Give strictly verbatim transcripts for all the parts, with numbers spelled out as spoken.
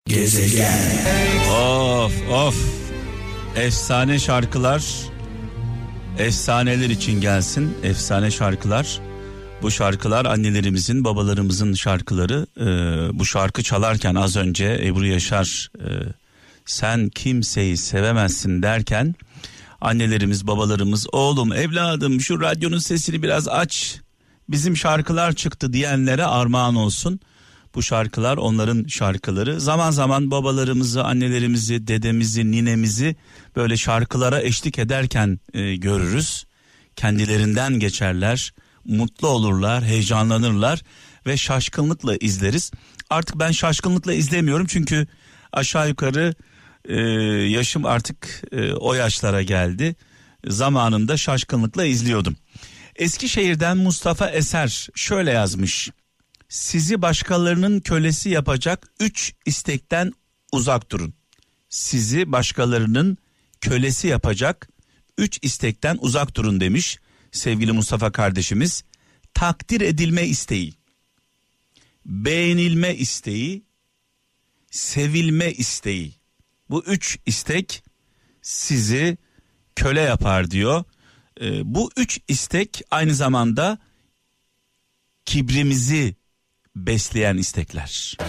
Gezegen. Of of. Efsane şarkılar, efsaneler için gelsin. Efsane şarkılar. Bu şarkılar annelerimizin, babalarımızın şarkıları. Ee, bu şarkı çalarken az önce Ebru Yaşar e, sen kimseyi sevemezsin derken annelerimiz, babalarımız, oğlum, evladım şu radyonun sesini biraz aç, bizim şarkılar çıktı diyenlere armağan olsun. Bu şarkılar onların şarkıları. Zaman zaman babalarımızı, annelerimizi, dedemizi, ninemizi böyle şarkılara eşlik ederken e, görürüz. Kendilerinden geçerler, mutlu olurlar, heyecanlanırlar ve şaşkınlıkla izleriz. Artık ben şaşkınlıkla izlemiyorum çünkü aşağı yukarı e, yaşım artık e, o yaşlara geldi. Zamanında şaşkınlıkla izliyordum. Eskişehir'den Mustafa Eser şöyle yazmış. Sizi başkalarının kölesi yapacak üç istekten uzak durun. Sizi başkalarının kölesi yapacak üç istekten uzak durun demiş sevgili Mustafa kardeşimiz. Takdir edilme isteği, beğenilme isteği, sevilme isteği. Bu üç istek sizi köle yapar diyor. Ee, bu üç istek aynı zamanda kibrimizi besleyen istekler.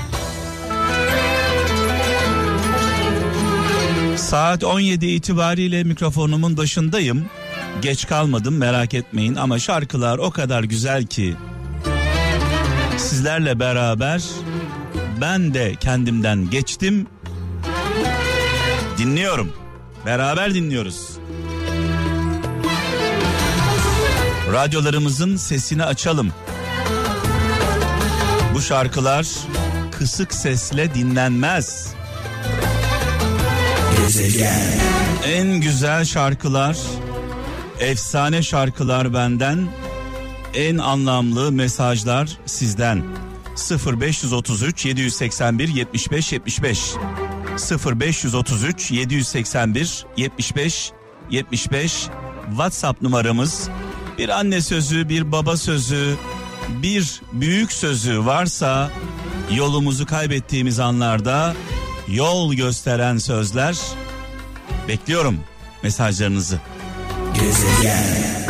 Saat on yedi itibariyle mikrofonumun başındayım. Geç kalmadım, merak etmeyin, ama şarkılar o kadar güzel ki sizlerle beraber ben de kendimden geçtim. Dinliyorum. Beraber dinliyoruz. Radyolarımızın sesini açalım. Bu şarkılar kısık sesle dinlenmez. Gezegen. En güzel şarkılar, efsane şarkılar benden, en anlamlı mesajlar sizden. sıfır beş otuz üç yedi seksen bir yetmiş beş yetmiş beş sıfır beş otuz üç yedi seksen bir yetmiş beş yetmiş beş WhatsApp numaramız. Bir anne sözü, bir baba sözü, bir büyük sözü varsa yolumuzu kaybettiğimiz anlarda yol gösteren sözler, bekliyorum mesajlarınızı. Gezegen.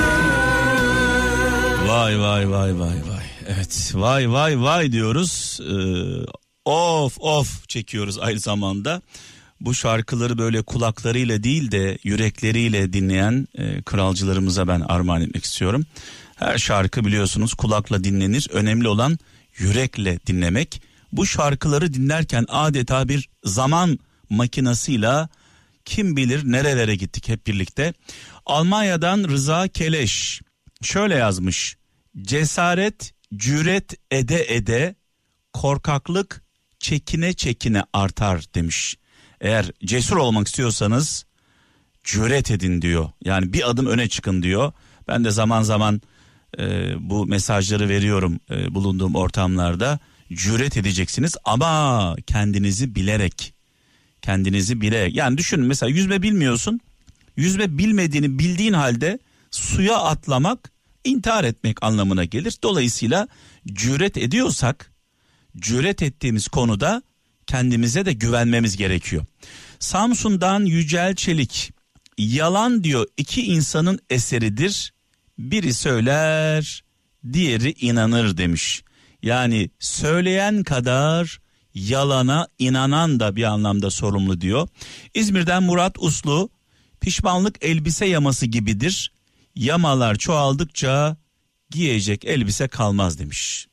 Vay vay vay vay vay. Evet, vay vay vay diyoruz. Ee, of of çekiyoruz aynı zamanda. Bu şarkıları böyle kulaklarıyla değil de yürekleriyle dinleyen e, kralcılarımıza ben armağan etmek istiyorum. Her şarkı biliyorsunuz kulakla dinlenir. Önemli olan yürekle dinlemek. Bu şarkıları dinlerken adeta bir zaman makinasıyla kim bilir nerelere gittik hep birlikte. Almanya'dan Rıza Keleş şöyle yazmış. Cesaret cüret ede ede, korkaklık çekine çekine artar demiş. Eğer cesur olmak istiyorsanız cüret edin diyor. Yani bir adım öne çıkın diyor. Ben de zaman zaman e, bu mesajları veriyorum e, bulunduğum ortamlarda. Cüret edeceksiniz ama kendinizi bilerek. Kendinizi bilerek. Yani düşünün, mesela yüzme bilmiyorsun. Yüzme bilmediğini bildiğin halde suya atlamak intihar etmek anlamına gelir. Dolayısıyla cüret ediyorsak cüret ettiğimiz konuda kendimize de güvenmemiz gerekiyor. Samsun'dan Yücel Çelik, yalan diyor iki insanın eseridir. Biri söyler, diğeri inanır demiş. Yani söyleyen kadar yalana inanan da bir anlamda sorumlu diyor. İzmir'den Murat Uslu, pişmanlık elbise yaması gibidir. Yamalar çoğaldıkça giyecek elbise kalmaz demiş.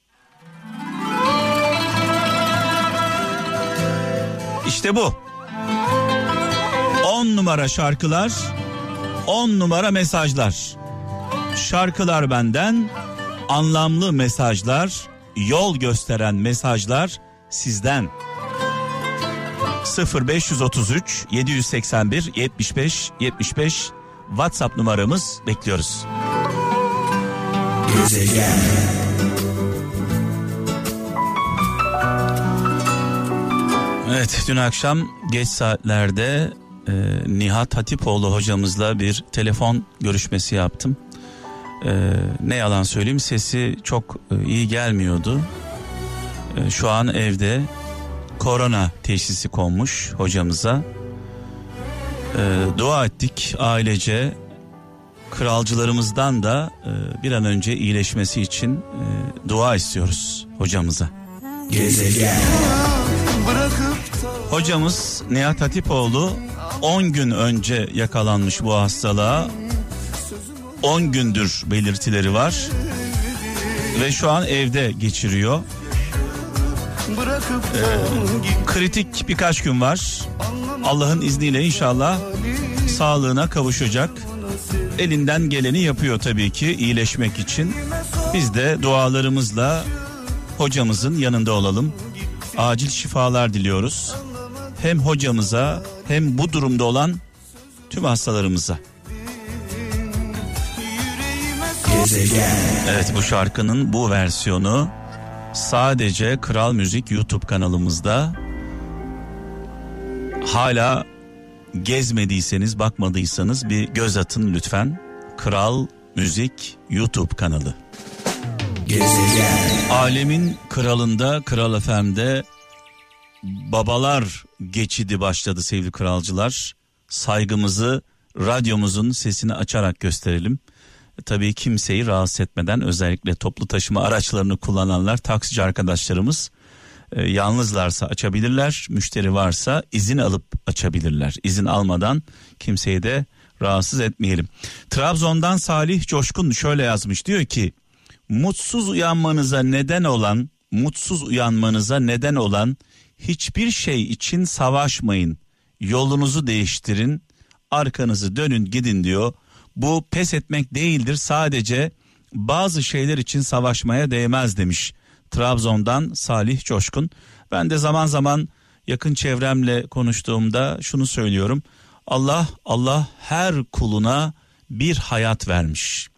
İşte bu. on numara şarkılar, on numara mesajlar. Şarkılar benden, anlamlı mesajlar, yol gösteren mesajlar sizden. sıfır beş otuz üç yedi seksen bir yetmiş beş yetmiş beş WhatsApp numaramız, bekliyoruz. Gezegen. Evet, dün akşam geç saatlerde e, Nihat Hatipoğlu hocamızla bir telefon görüşmesi yaptım. E, ne yalan söyleyeyim, sesi çok e, iyi gelmiyordu. E, şu an evde korona teşhisi konmuş hocamıza. Ee, dua ettik ailece. Kralcılarımızdan da e, bir an önce iyileşmesi için e, dua istiyoruz hocamıza. Gezegen. Hocamız Nihat Hatipoğlu on gün önce yakalanmış bu hastalığa. on gündür belirtileri var ve şu an evde geçiriyor. Ee, kritik birkaç gün var. Allah'ın izniyle inşallah sağlığına kavuşacak. Elinden geleni yapıyor tabii ki iyileşmek için. Biz de dualarımızla hocamızın yanında olalım. Acil şifalar diliyoruz. Hem hocamıza hem bu durumda olan tüm hastalarımıza. Gezegen. Evet, bu şarkının bu versiyonu sadece Kral Müzik YouTube kanalımızda. Hala gezmediyseniz, bakmadıysanız bir göz atın lütfen. Kral Müzik YouTube kanalı. Gezegen. Alemin kralında, Kral F M'de babalar geçidi başladı sevgili kralcılar. Saygımızı radyomuzun sesini açarak gösterelim. Tabii kimseyi rahatsız etmeden, özellikle toplu taşıma araçlarını kullananlar, taksici arkadaşlarımız e, yalnızlarsa açabilirler. Müşteri varsa izin alıp açabilirler. İzin almadan kimseyi de rahatsız etmeyelim. Trabzon'dan Salih Coşkun şöyle yazmış, diyor ki mutsuz uyanmanıza neden olan, mutsuz uyanmanıza neden olan hiçbir şey için savaşmayın. Yolunuzu değiştirin, arkanızı dönün gidin diyor. Bu pes etmek değildir, sadece bazı şeyler için savaşmaya değmez demiş Trabzon'dan Salih Coşkun. Ben de zaman zaman yakın çevremle konuştuğumda şunu söylüyorum. Allah Allah her kuluna bir hayat vermiş.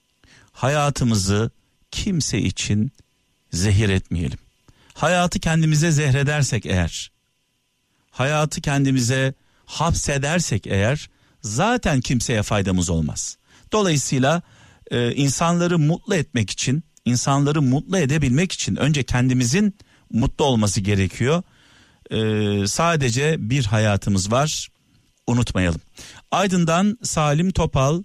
Hayatımızı kimse için zehir etmeyelim. Hayatı kendimize zehredersek eğer, hayatı kendimize hapsedersek eğer, zaten kimseye faydamız olmaz. Dolayısıyla e, insanları mutlu etmek için, insanları mutlu edebilmek için önce kendimizin mutlu olması gerekiyor. E, sadece bir hayatımız var, unutmayalım. Aydın'dan Salim Topal,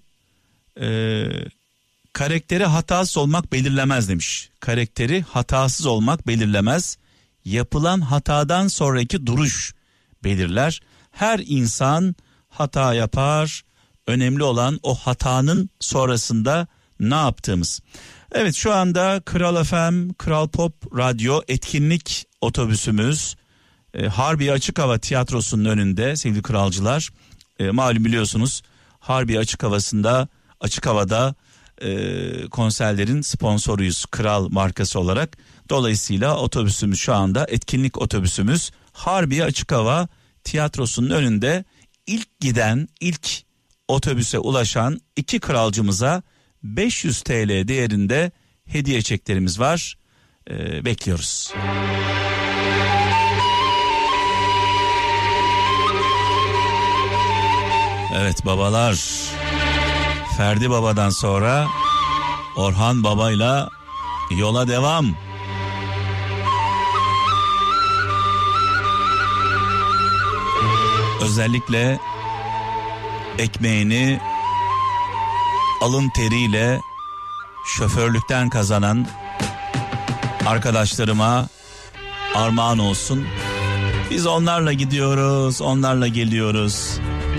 e, karakteri hatasız olmak belirlemez demiş. Karakteri hatasız olmak belirlemez. Yapılan hatadan sonraki duruş belirler. Her insan hata yapar. Önemli olan o hatanın sonrasında ne yaptığımız. Evet, şu anda Kral F M, Kral Pop Radyo etkinlik otobüsümüz e, Harbiye Açık Hava Tiyatrosu'nun önünde sevgili kralcılar. E, malum biliyorsunuz Harbiye Açık Havası'nda, açık havada e, konserlerin sponsoruyuz Kral markası olarak. Dolayısıyla otobüsümüz şu anda, etkinlik otobüsümüz Harbiye Açık Hava Tiyatrosu'nun önünde. İlk giden, ilk otobüse ulaşan iki kralcımıza beş yüz T L değerinde hediye çeklerimiz var. Ee, bekliyoruz. Evet babalar, Ferdi Baba'dan sonra Orhan Baba'yla yola devam. Özellikle ekmeğini alın teriyle şoförlükten kazanan arkadaşlarıma armağan olsun. Biz onlarla gidiyoruz, onlarla geliyoruz.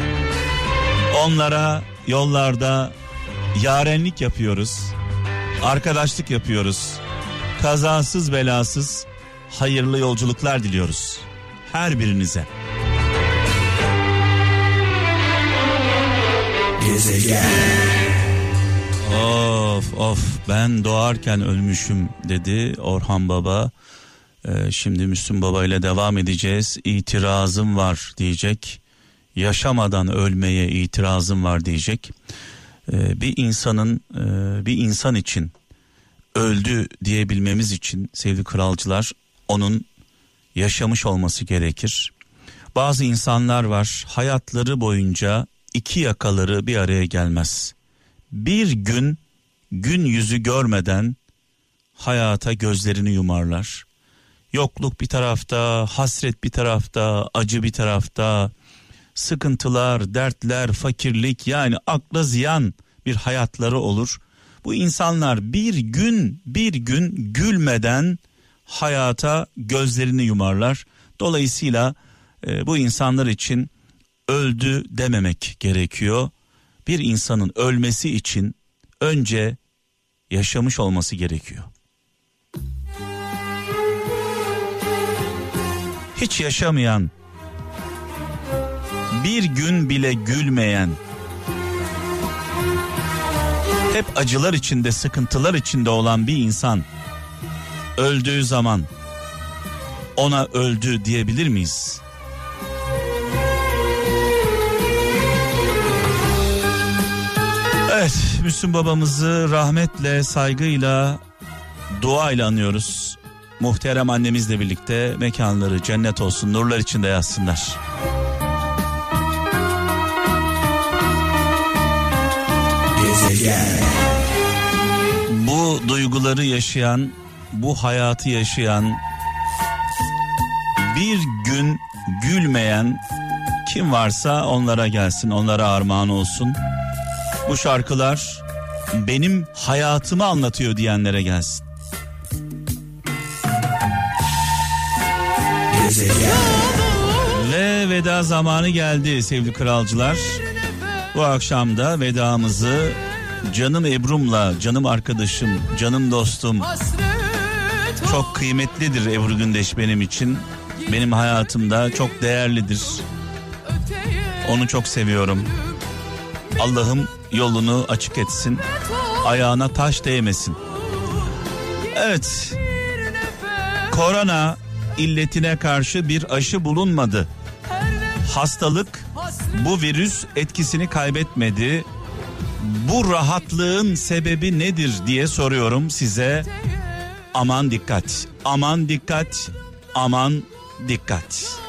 Onlara yollarda yarenlik yapıyoruz, arkadaşlık yapıyoruz. Kazasız belasız hayırlı yolculuklar diliyoruz her birinize. Gezegen. Of of, ben doğarken ölmüşüm dedi Orhan Baba. Ee, şimdi Müslüm Baba ile devam edeceğiz. İtirazım var diyecek. Yaşamadan ölmeye itirazım var diyecek. Ee, bir insanın e, bir insan için öldü diyebilmemiz için sevgili kralcılar, onun yaşamış olması gerekir. Bazı insanlar var, hayatları boyunca iki yakaları bir araya gelmez. Bir gün gün yüzü görmeden hayata gözlerini yumarlar. Yokluk bir tarafta, hasret bir tarafta, acı bir tarafta, sıkıntılar, dertler, fakirlik, yani akla ziyan bir hayatları olur. Bu insanlar bir gün bir gün gülmeden hayata gözlerini yumarlar. Dolayısıyla e, bu insanlar için öldü dememek gerekiyor. Bir insanın ölmesi için önce yaşamış olması gerekiyor. Hiç yaşamayan, bir gün bile gülmeyen, hep acılar içinde, sıkıntılar içinde olan bir insan öldüğü zaman ona öldü diyebilir miyiz? Evet, Müslüm babamızı rahmetle, saygıyla, duayla anıyoruz. Muhterem annemizle birlikte mekanları cennet olsun, nurlar içinde yatsınlar. Gezegen. Bu duyguları yaşayan, bu hayatı yaşayan, bir gün gülmeyen kim varsa onlara gelsin, onlara armağan olsun. Bu şarkılar benim hayatımı anlatıyor diyenlere gelsin. Gezegen. Ve veda zamanı geldi sevgili kralcılar. Bu akşam da vedamızı canım Ebru'mla, canım arkadaşım, canım dostum, çok kıymetlidir Ebru Gündeş benim için. Benim hayatımda çok değerlidir. Onu çok seviyorum. Allah'ım yolunu açık etsin. Ayağına taş değmesin. Evet. Korona illetine karşı bir aşı bulunmadı. Hastalık, bu virüs etkisini kaybetmedi. Bu rahatlığın sebebi nedir diye soruyorum size. Aman dikkat, aman dikkat, aman dikkat.